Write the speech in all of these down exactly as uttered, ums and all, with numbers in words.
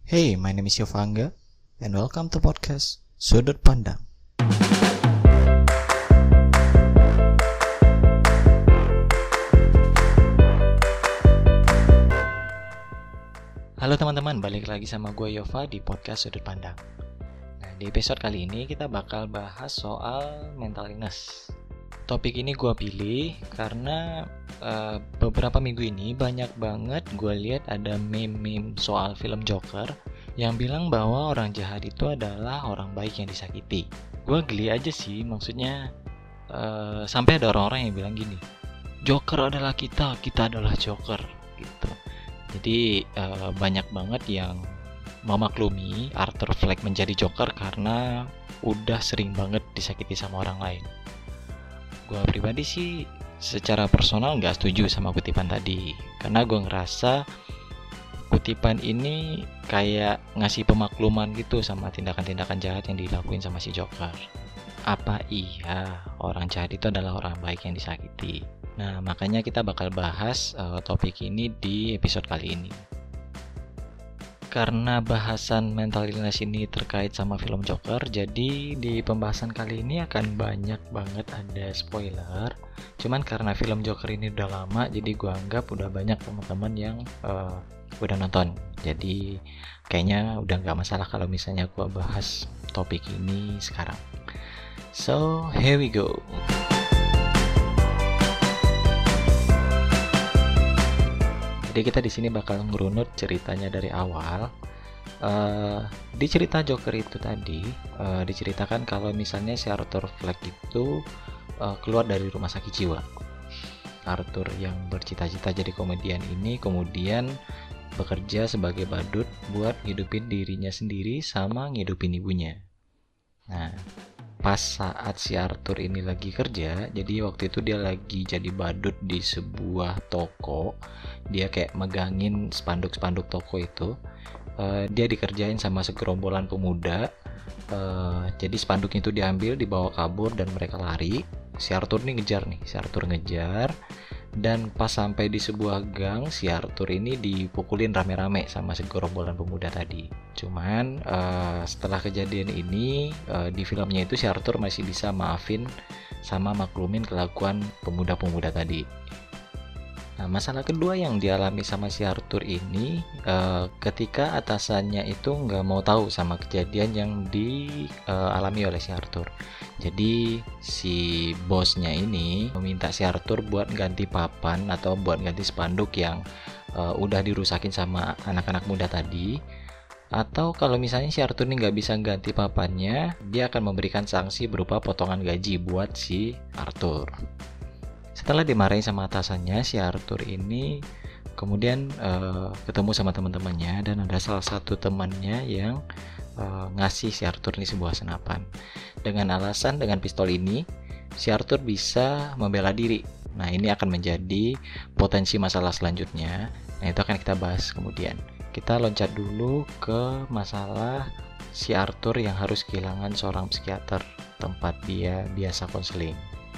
Hey, my name is Yovanga, and welcome to podcast Sudut Pandang. Halo teman-teman, balik lagi sama gue Yova di podcast Sudut Pandang. Nah, di episode kali ini kita bakal bahas soal mental illness. Topik ini gue pilih karena uh, beberapa minggu ini banyak banget gue lihat ada meme-meme soal film Joker yang bilang bahwa orang jahat itu adalah orang baik yang disakiti. Gue geli aja sih, maksudnya uh, sampai ada orang-orang yang bilang gini, Joker adalah kita, kita adalah Joker gitu. Jadi uh, banyak banget yang memaklumi Arthur Fleck menjadi Joker karena udah sering banget disakiti sama orang lain. Gue pribadi sih secara personal gak setuju sama kutipan tadi, karena gue ngerasa kutipan ini kayak ngasih pemakluman gitu sama tindakan-tindakan jahat yang dilakuin sama si Joker. Apa iya orang jahat itu adalah orang baik yang disakiti? Nah, makanya kita bakal bahas uh, topik ini di episode kali ini. Karena bahasan mental illness ini terkait sama film Joker, jadi di pembahasan kali ini akan banyak banget ada spoiler. Cuman karena film Joker ini udah lama, jadi gue anggap udah banyak teman-teman yang uh, udah nonton. Jadi kayaknya udah gak masalah kalau misalnya gue bahas topik ini sekarang. So, here we go. Jadi kita di sini bakal ngerunut ceritanya dari awal. Uh, di cerita Joker itu tadi uh, diceritakan kalau misalnya si Arthur Fleck itu uh, keluar dari rumah sakit jiwa. Arthur yang bercita-cita jadi komedian ini kemudian bekerja sebagai badut buat ngidupin dirinya sendiri sama ngidupin ibunya. Nah, pas saat si Arthur ini lagi kerja, jadi waktu itu dia lagi jadi badut di sebuah toko. Dia kayak megangin spanduk-spanduk toko itu. uh, Dia dikerjain sama segerombolan pemuda. uh, Jadi spanduknya itu diambil, dibawa kabur dan mereka lari. Si Arthur ini ngejar nih, si Arthur ngejar. Dan pas sampai di sebuah gang, si Arthur ini dipukulin rame-rame sama segerombolan pemuda tadi. Cuman uh, setelah kejadian ini uh, di filmnya itu si Arthur masih bisa maafin sama maklumin kelakuan pemuda-pemuda tadi. Nah, masalah kedua yang dialami sama si Arthur ini uh, ketika atasannya itu nggak mau tahu sama kejadian yang dialami uh, oleh si Arthur. Jadi si bosnya ini meminta si Arthur buat ganti papan atau buat ganti spanduk yang uh, udah dirusakin sama anak-anak muda tadi. Atau kalau misalnya si Arthur ini nggak bisa ganti papannya, dia akan memberikan sanksi berupa potongan gaji buat si Arthur. Setelah dimarahin sama atasannya, si Arthur ini kemudian uh, ketemu sama teman-temannya dan ada salah satu temannya yang uh, ngasih si Arthur ini sebuah senapan. Dengan alasan dengan pistol ini, si Arthur bisa membela diri. Nah, ini akan menjadi potensi masalah selanjutnya. Nah, itu akan kita bahas kemudian. Kita loncat dulu ke masalah si Arthur yang harus kehilangan seorang psikiater tempat dia biasa konseling.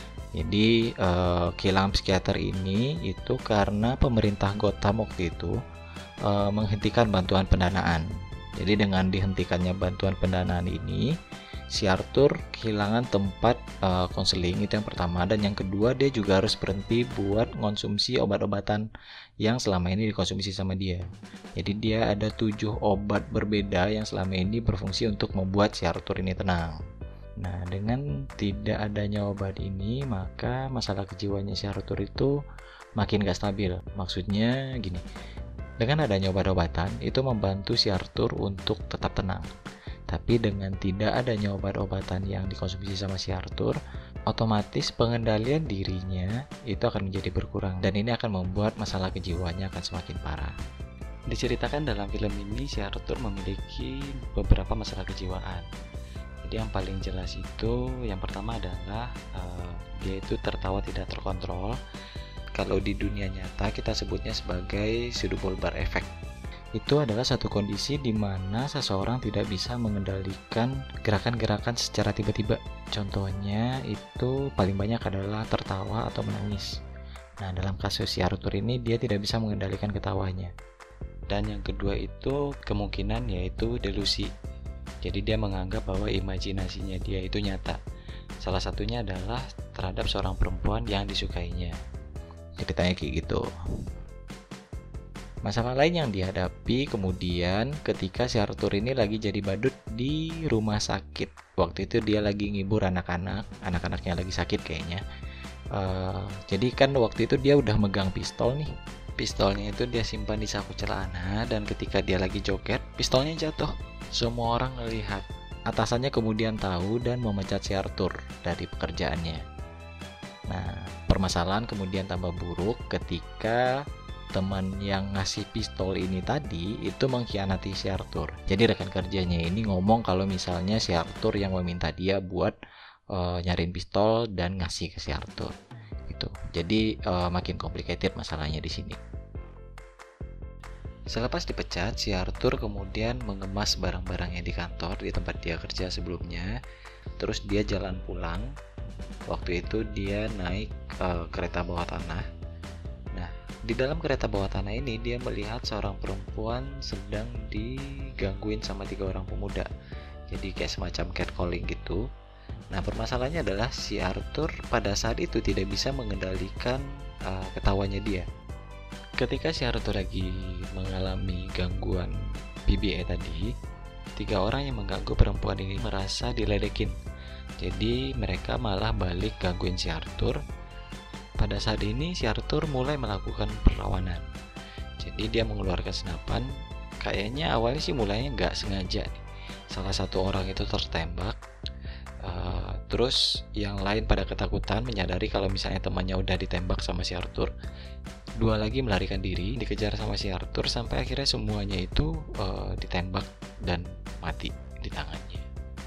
Jadi uh, kehilangan psikiater ini itu karena pemerintah Gotham waktu itu uh, menghentikan bantuan pendanaan. Jadi dengan dihentikannya bantuan pendanaan ini, si Arthur kehilangan tempat konseling, uh, itu yang pertama. Dan yang kedua, dia juga harus berhenti buat konsumsi obat-obatan yang selama ini dikonsumsi sama dia. Jadi dia ada tujuh obat berbeda yang selama ini berfungsi untuk membuat si Arthur ini tenang. Nah, dengan tidak adanya obat ini, maka masalah kejiwaannya si Arthur itu makin gak stabil. Maksudnya gini, dengan adanya obat-obatan itu membantu si Arthur untuk tetap tenang. Tapi dengan tidak adanya obat-obatan yang dikonsumsi sama si Arthur, otomatis pengendalian dirinya itu akan menjadi berkurang. Dan ini akan membuat masalah kejiwaannya akan semakin parah. Diceritakan dalam film ini, si Arthur memiliki beberapa masalah kejiwaan. Jadi yang paling jelas itu yang pertama adalah uh, dia itu tertawa tidak terkontrol. Kalau di dunia nyata kita sebutnya sebagai pseudo bulbar effect. Itu adalah satu kondisi di mana seseorang tidak bisa mengendalikan gerakan-gerakan secara tiba-tiba. Contohnya itu paling banyak adalah tertawa atau menangis. Nah, dalam kasus si Arthur ini dia tidak bisa mengendalikan ketawanya. Dan yang kedua itu kemungkinan yaitu delusi. Jadi dia menganggap bahwa imajinasinya dia itu nyata. Salah satunya adalah terhadap seorang perempuan yang disukainya. Ceritanya kayak gitu. Masalah lain yang dihadapi kemudian ketika si Arthur ini lagi jadi badut di rumah sakit. Waktu itu dia lagi ngibur anak-anak, anak-anaknya lagi sakit kayaknya. Uh, jadi kan waktu itu dia udah megang pistol nih. Pistolnya itu dia simpan di saku celana, dan ketika dia lagi joget, pistolnya jatuh. Semua orang melihat. Atasannya kemudian tahu dan memecat si Arthur dari pekerjaannya. Nah, permasalahan kemudian tambah buruk ketika teman yang ngasih pistol ini tadi itu mengkhianati si Arthur. Jadi rekan kerjanya ini ngomong kalau misalnya si Arthur yang meminta dia buat uh, nyariin pistol dan ngasih ke si Arthur. Gitu. Jadi uh, makin complicated masalahnya di sini. Selepas dipecat, si Arthur kemudian mengemas barang-barangnya di kantor di tempat dia kerja sebelumnya. Terus dia jalan pulang. Waktu itu dia naik uh, kereta bawah tanah. Di dalam kereta bawah tanah ini dia melihat seorang perempuan sedang digangguin sama tiga orang pemuda. Jadi kayak semacam catcalling gitu. Nah, permasalahannya adalah si Arthur pada saat itu tidak bisa mengendalikan uh, ketawanya dia. Ketika si Arthur lagi mengalami gangguan P B A tadi, tiga orang yang mengganggu perempuan ini merasa diledekin. Jadi mereka malah balik gangguin si Arthur. Pada saat ini si Arthur mulai melakukan perlawanan. Jadi dia mengeluarkan senapan. Kayaknya awalnya sih mulainya nggak sengaja. Salah satu orang itu tertembak. Uh, terus yang lain pada ketakutan menyadari kalau misalnya temannya udah ditembak sama si Arthur. Dua lagi melarikan diri, dikejar sama si Arthur sampai akhirnya semuanya itu uh, ditembak dan mati di tangannya.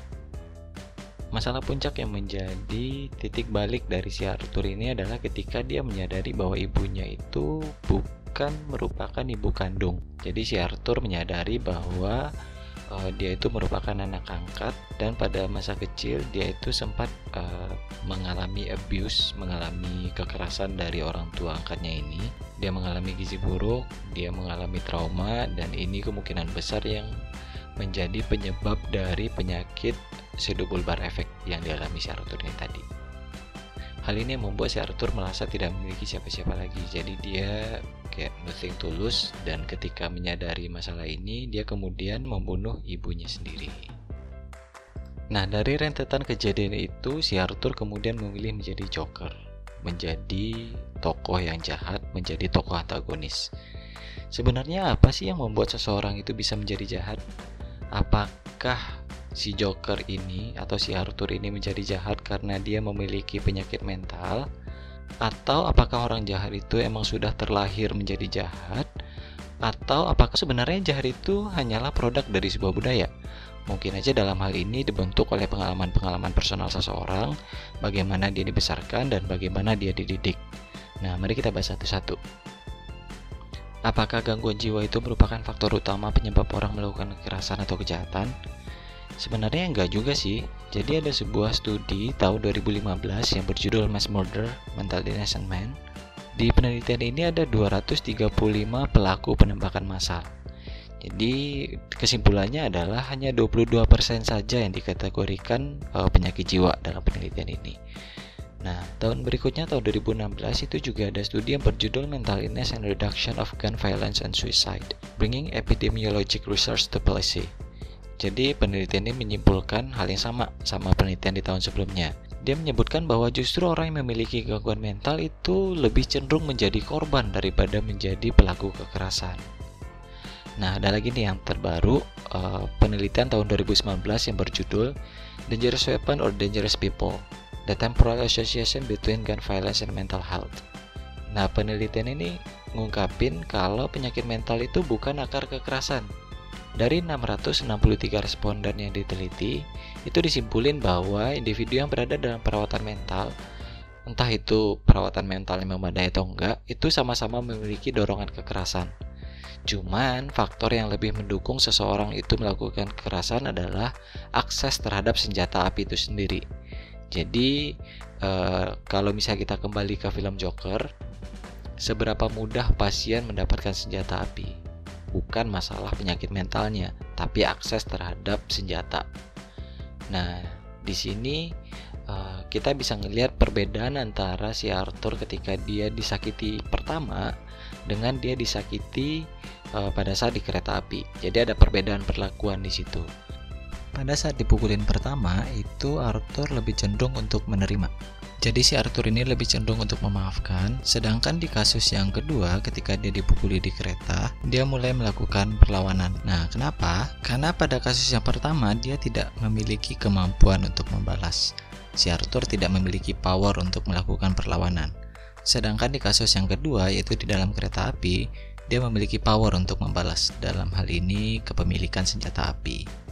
Masalah puncak yang menjadi titik balik dari si Arthur ini adalah ketika dia menyadari bahwa ibunya itu bukan merupakan ibu kandung. Jadi si Arthur menyadari bahwa uh, dia itu merupakan anak angkat, dan pada masa kecil dia itu sempat uh, mengalami abuse, mengalami kekerasan dari orang tua angkatnya ini. Dia mengalami gizi buruk, dia mengalami trauma, dan ini kemungkinan besar yang menjadi penyebab dari penyakit pseudobulbar effect yang dialami si Arthur ini tadi. Hal ini membuat si Arthur merasa tidak memiliki siapa-siapa lagi. Jadi dia kayak nothing to lose, dan ketika menyadari masalah ini, dia kemudian membunuh ibunya sendiri. Nah, dari rentetan kejadian itu, si Arthur kemudian memilih menjadi Joker, menjadi tokoh yang jahat, menjadi tokoh antagonis. Sebenarnya apa sih yang membuat seseorang itu bisa menjadi jahat? Apakah si Joker ini atau si Arthur ini menjadi jahat karena dia memiliki penyakit mental? Atau apakah orang jahat itu emang sudah terlahir menjadi jahat? Atau apakah sebenarnya jahat itu hanyalah produk dari sebuah budaya? Mungkin aja dalam hal ini dibentuk oleh pengalaman-pengalaman personal seseorang, bagaimana dia dibesarkan dan bagaimana dia dididik. Nah, mari kita bahas satu-satu. Apakah gangguan jiwa itu merupakan faktor utama penyebab orang melakukan kekerasan atau kejahatan? Sebenarnya enggak juga sih. Jadi ada sebuah studi tahun dua ribu lima belas yang berjudul Mass Murder, Mental Illness and Man. Di penelitian ini ada dua ratus tiga puluh lima pelaku penembakan massal. Jadi kesimpulannya adalah hanya dua puluh dua persen saja yang dikategorikan uh, penyakit jiwa dalam penelitian ini. Nah, tahun berikutnya tahun dua ribu enam belas itu juga ada studi yang berjudul Mental Illness and Reduction of Gun Violence and Suicide, Bringing Epidemiologic Research to Policy. Jadi penelitian ini menyimpulkan hal yang sama sama penelitian di tahun sebelumnya. Dia menyebutkan bahwa justru orang yang memiliki gangguan mental itu lebih cenderung menjadi korban daripada menjadi pelaku kekerasan. Nah, ada lagi nih yang terbaru, uh, penelitian tahun dua ribu sembilan belas yang berjudul Dangerous Weapon or Dangerous People, The Temporal Association Between Gun Violence and Mental Health. Nah, penelitian ini ngungkapin kalau penyakit mental itu bukan akar kekerasan. Dari enam ratus enam puluh tiga responden yang diteliti, itu disimpulin bahwa individu yang berada dalam perawatan mental, entah itu perawatan mental yang memadai atau enggak, itu sama-sama memiliki dorongan kekerasan. Cuman, faktor yang lebih mendukung seseorang itu melakukan kekerasan adalah akses terhadap senjata api itu sendiri. Jadi, eh, kalau misalnya kita kembali ke film Joker, seberapa mudah pasien mendapatkan senjata api? bukan masalah penyakit mentalnya, tapi akses terhadap senjata. Nah, di sini uh, kita bisa ngelihat perbedaan antara si Arthur ketika dia disakiti pertama dengan dia disakiti uh, pada saat di kereta api. Jadi ada perbedaan perlakuan di situ. Pada saat dipukulin pertama, itu Arthur lebih cenderung untuk menerima. Jadi si Arthur ini lebih cenderung untuk memaafkan, sedangkan di kasus yang kedua ketika dia dipukuli di kereta, dia mulai melakukan perlawanan. Nah, kenapa? Karena pada kasus yang pertama dia tidak memiliki kemampuan untuk membalas. Si Arthur tidak memiliki power untuk melakukan perlawanan. Sedangkan di kasus yang kedua, yaitu di dalam kereta api, dia memiliki power untuk membalas. Dalam hal ini kepemilikan senjata api.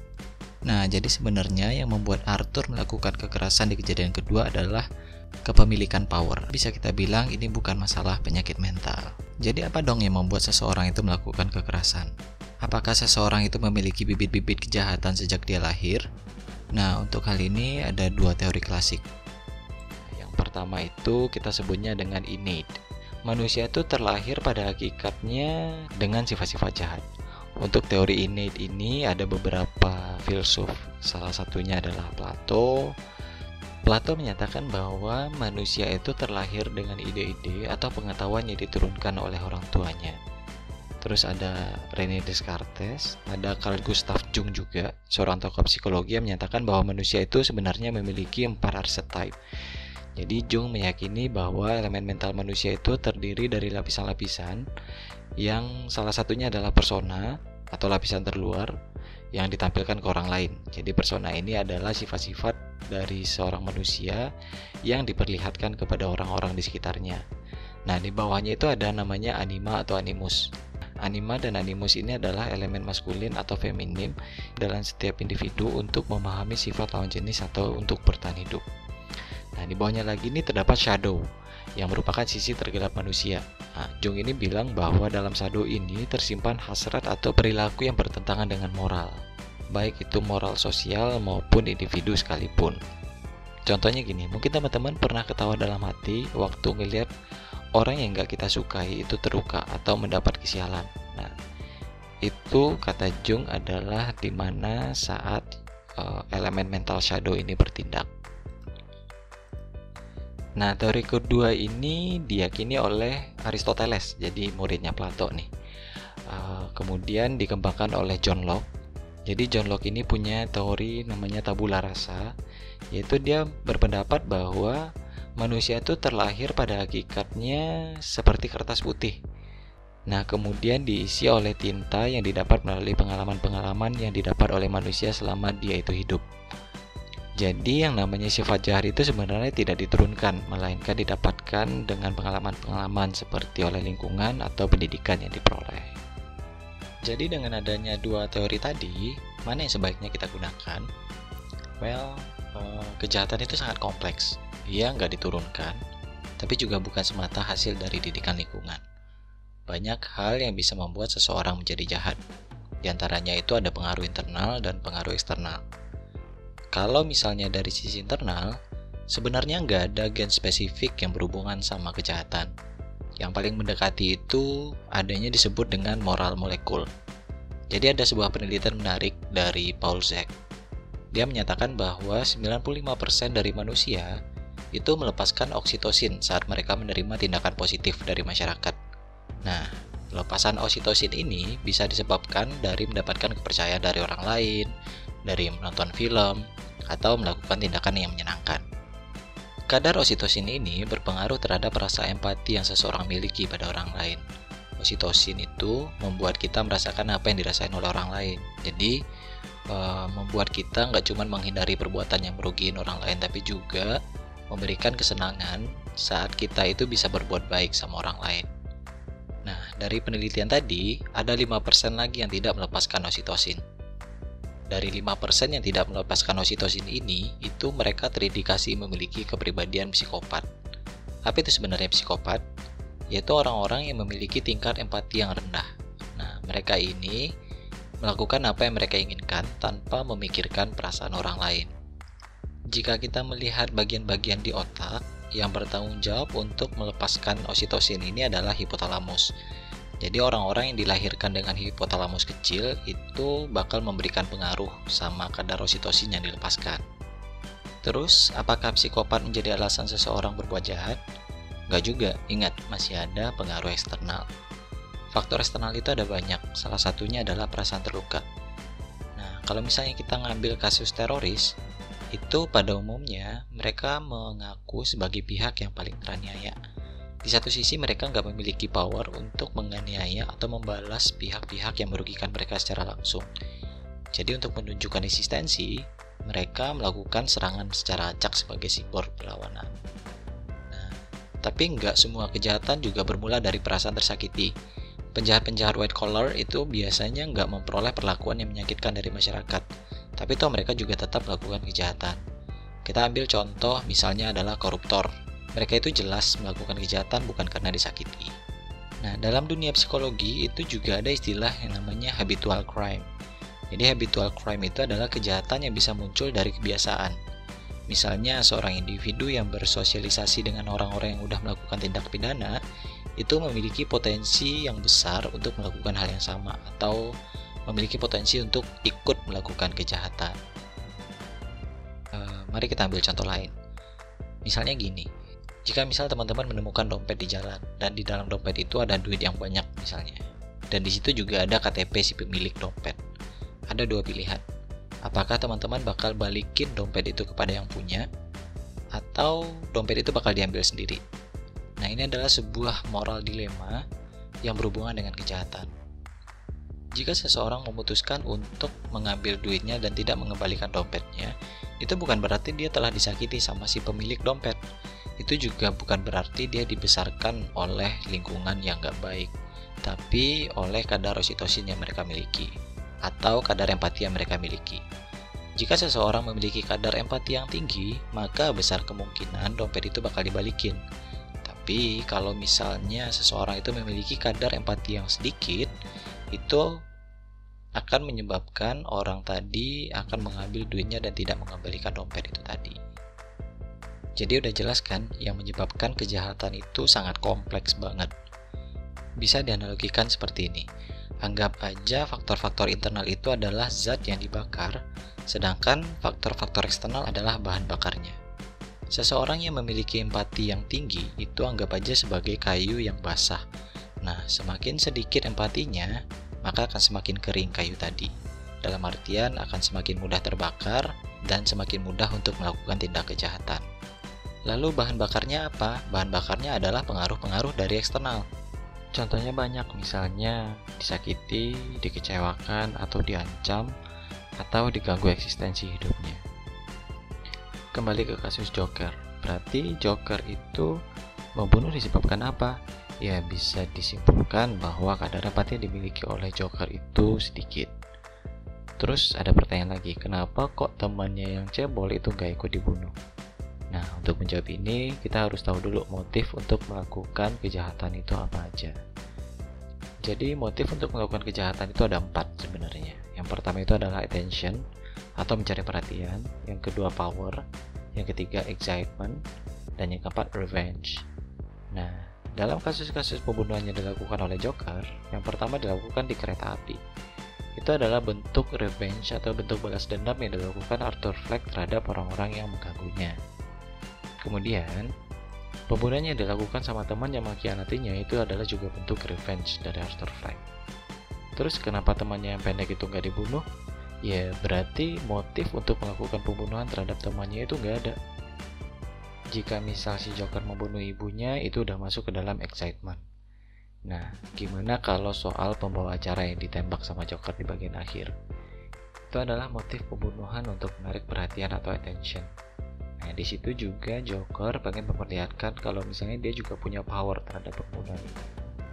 Nah, jadi sebenarnya yang membuat Arthur melakukan kekerasan di kejadian kedua adalah kepemilikan power. Bisa kita bilang ini bukan masalah penyakit mental. Jadi apa dong yang membuat seseorang itu melakukan kekerasan? Apakah seseorang itu memiliki bibit-bibit kejahatan sejak dia lahir? Nah, untuk hal ini ada dua teori klasik. Yang pertama itu kita sebutnya dengan innate. Manusia itu terlahir pada hakikatnya dengan sifat-sifat jahat. Untuk teori innate ini ada beberapa filsuf, salah satunya adalah Plato. Plato menyatakan bahwa manusia itu terlahir dengan ide-ide atau pengetahuan yang diturunkan oleh orang tuanya. Terus ada René Descartes, ada Carl Gustav Jung juga, seorang tokoh psikologi yang menyatakan bahwa manusia itu sebenarnya memiliki empat archetype. Jadi Jung meyakini bahwa elemen mental manusia itu terdiri dari lapisan-lapisan yang salah satunya adalah persona atau lapisan terluar yang ditampilkan ke orang lain. Jadi persona ini adalah sifat-sifat dari seorang manusia yang diperlihatkan kepada orang-orang di sekitarnya. Nah, di bawahnya itu ada namanya anima atau animus. Anima dan animus ini adalah elemen maskulin atau feminim dalam setiap individu untuk memahami sifat lawan jenis atau untuk bertahan hidup. Nah, di bawahnya lagi ini terdapat shadow yang merupakan sisi tergelap manusia. Nah, Jung ini bilang bahwa dalam shadow ini tersimpan hasrat atau perilaku yang bertentangan dengan moral, baik itu moral sosial maupun individu sekalipun. Contohnya gini, mungkin teman-teman pernah ketawa dalam hati waktu ngelihat orang yang gak kita sukai itu terluka atau mendapat kesialan. Nah, itu kata Jung adalah dimana saat uh, elemen mental shadow ini bertindak. Nah, teori kedua ini diyakini oleh Aristoteles, jadi muridnya Plato nih. Uh, kemudian dikembangkan oleh John Locke. Jadi John Locke ini punya teori namanya tabula rasa, yaitu dia berpendapat bahwa manusia itu terlahir pada hakikatnya seperti kertas putih. Nah, kemudian diisi oleh tinta yang didapat melalui pengalaman-pengalaman yang didapat oleh manusia selama dia itu hidup. Jadi yang namanya sifat jahat itu sebenarnya tidak diturunkan, melainkan didapatkan dengan pengalaman-pengalaman seperti oleh lingkungan atau pendidikan yang diperoleh. Jadi dengan adanya dua teori tadi, mana yang sebaiknya kita gunakan? Well, eh, kejahatan itu sangat kompleks. Ia nggak diturunkan, tapi juga bukan semata hasil dari didikan lingkungan. Banyak hal yang bisa membuat seseorang menjadi jahat. Di antaranya itu ada pengaruh internal dan pengaruh eksternal. Kalau misalnya dari sisi internal, sebenarnya nggak ada gen spesifik yang berhubungan sama kejahatan. Yang paling mendekati itu adanya disebut dengan moral molekul. Jadi ada sebuah penelitian menarik dari Paul Zak. Dia menyatakan bahwa sembilan puluh lima persen dari manusia itu melepaskan oksitosin saat mereka menerima tindakan positif dari masyarakat. Nah, pelepasan oksitosin ini bisa disebabkan dari mendapatkan kepercayaan dari orang lain, dari menonton film, atau melakukan tindakan yang menyenangkan. Kadar oksitosin ini berpengaruh terhadap rasa empati yang seseorang miliki pada orang lain. Oksitosin itu membuat kita merasakan apa yang dirasain oleh orang lain. Jadi, e, membuat kita nggak cuma menghindari perbuatan yang merugikan orang lain, tapi juga memberikan kesenangan saat kita itu bisa berbuat baik sama orang lain. Nah, dari penelitian tadi, ada lima persen lagi yang tidak melepaskan oksitosin. Dari lima persen yang tidak melepaskan oksitosin ini, itu mereka terindikasi memiliki kepribadian psikopat. Apa itu sebenarnya psikopat? Yaitu orang-orang yang memiliki tingkat empati yang rendah. Nah, mereka ini melakukan apa yang mereka inginkan tanpa memikirkan perasaan orang lain. Jika kita melihat bagian-bagian di otak yang bertanggung jawab untuk melepaskan oksitosin ini adalah hipotalamus. Jadi orang-orang yang dilahirkan dengan hipotalamus kecil itu bakal memberikan pengaruh sama kadar oksitosin yang dilepaskan. Terus, apakah psikopat menjadi alasan seseorang berbuat jahat? Nggak juga, ingat masih ada pengaruh eksternal. Faktor eksternal itu ada banyak, salah satunya adalah perasaan terluka. Nah, kalau misalnya kita ngambil kasus teroris, itu pada umumnya mereka mengaku sebagai pihak yang paling teraniaya. Di satu sisi mereka nggak memiliki power untuk menganiaya atau membalas pihak-pihak yang merugikan mereka secara langsung. Jadi untuk menunjukkan eksistensi, mereka melakukan serangan secara acak sebagai simbol perlawanan. Nah, tapi nggak semua kejahatan juga bermula dari perasaan tersakiti. Penjahat-penjahat white collar itu biasanya nggak memperoleh perlakuan yang menyakitkan dari masyarakat, tapi toh mereka juga tetap melakukan kejahatan. Kita ambil contoh misalnya adalah koruptor. Mereka itu jelas melakukan kejahatan bukan karena disakiti. Nah, dalam dunia psikologi itu juga ada istilah yang namanya habitual crime. Jadi habitual crime itu adalah kejahatan yang bisa muncul dari kebiasaan. Misalnya seorang individu yang bersosialisasi dengan orang-orang yang sudah melakukan tindak pidana itu memiliki potensi yang besar untuk melakukan hal yang sama atau memiliki potensi untuk ikut melakukan kejahatan. E, mari kita ambil contoh lain. Misalnya gini, jika misal teman-teman menemukan dompet di jalan dan di dalam dompet itu ada duit yang banyak misalnya, dan di situ juga ada K T P si pemilik dompet, ada dua pilihan. Apakah teman-teman bakal balikin dompet itu kepada yang punya, atau dompet itu bakal diambil sendiri? Nah, ini adalah sebuah moral dilema yang berhubungan dengan kejahatan. Jika seseorang memutuskan untuk mengambil duitnya dan tidak mengembalikan dompetnya, itu bukan berarti dia telah disakiti sama si pemilik dompet. Itu juga bukan berarti dia dibesarkan oleh lingkungan yang gak baik, tapi oleh kadar oksitosin yang mereka miliki, atau kadar empati yang mereka miliki. Jika seseorang memiliki kadar empati yang tinggi, maka besar kemungkinan dompet itu bakal dibalikin. Tapi kalau misalnya seseorang itu memiliki kadar empati yang sedikit, itu akan menyebabkan orang tadi akan mengambil duitnya dan tidak mengembalikan dompet itu tadi. Jadi udah jelas kan, yang menyebabkan kejahatan itu sangat kompleks banget. Bisa dianalogikan seperti ini. Anggap aja faktor-faktor internal itu adalah zat yang dibakar, sedangkan faktor-faktor eksternal adalah bahan bakarnya. Seseorang yang memiliki empati yang tinggi itu anggap aja sebagai kayu yang basah. Nah, semakin sedikit empatinya, maka akan semakin kering kayu tadi. Dalam artian akan semakin mudah terbakar dan semakin mudah untuk melakukan tindak kejahatan. Lalu bahan bakarnya apa? Bahan bakarnya adalah pengaruh-pengaruh dari eksternal. Contohnya banyak, misalnya disakiti, dikecewakan, atau diancam, atau diganggu eksistensi hidupnya. Kembali ke kasus Joker. Berarti Joker itu membunuh disebabkan apa? Ya bisa disimpulkan bahwa kadar empati yang dimiliki oleh Joker itu sedikit. Terus ada pertanyaan lagi, kenapa kok temannya yang cebol itu gak ikut dibunuh? Nah, untuk menjawab ini, kita harus tahu dulu motif untuk melakukan kejahatan itu apa aja. Jadi, motif untuk melakukan kejahatan itu ada empat sebenarnya. Yang pertama itu adalah attention, atau mencari perhatian. Yang kedua, power. Yang ketiga, excitement. Dan yang keempat, revenge. Nah, dalam kasus-kasus pembunuhan yang dilakukan oleh Joker, yang pertama dilakukan di kereta api. Itu adalah bentuk revenge atau bentuk balas dendam yang dilakukan Arthur Fleck terhadap orang-orang yang mengganggunya. Kemudian, pembunuhan yang dilakukan sama teman yang mengkhianatinya itu adalah juga bentuk revenge dari Arthur Fleck. Terus kenapa temannya yang pendek itu nggak dibunuh? Ya berarti motif untuk melakukan pembunuhan terhadap temannya itu nggak ada. Jika misal si Joker membunuh ibunya, itu udah masuk ke dalam excitement. Nah, gimana kalau soal pembawa acara yang ditembak sama Joker di bagian akhir? Itu adalah motif pembunuhan untuk menarik perhatian atau attention. Nah, di situ juga Joker pengen memperlihatkan kalau misalnya dia juga punya power terhadap pembunuhan itu.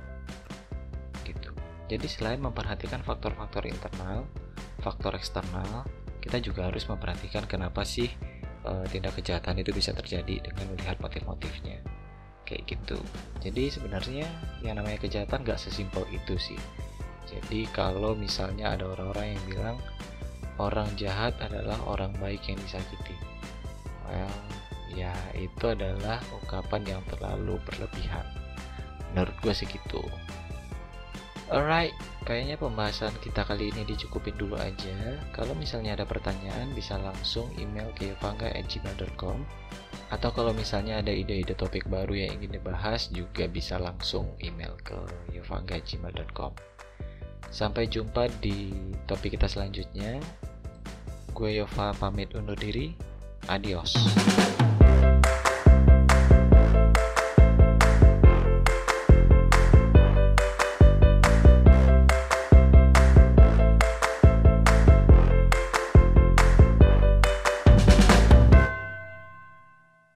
Gitu. Jadi selain memperhatikan faktor-faktor internal, faktor eksternal, kita juga harus memperhatikan kenapa sih e, tindak kejahatan itu bisa terjadi dengan melihat motif-motifnya. Kayak gitu. Jadi sebenarnya yang namanya kejahatan gak sesimpel itu sih. Jadi kalau misalnya ada orang-orang yang bilang orang jahat adalah orang baik yang disakiti, well, ya itu adalah ungkapan yang terlalu berlebihan. Menurut gue sih gitu. Alright, kayaknya pembahasan kita kali ini dicukupin dulu aja. Kalau misalnya ada pertanyaan bisa langsung email ke yovangga at gmail dot com, atau kalau misalnya ada ide-ide topik baru yang ingin dibahas juga bisa langsung email ke yovangga at gmail dot com. Sampai jumpa di topik kita selanjutnya. Gue Yova pamit undur diri. Adios.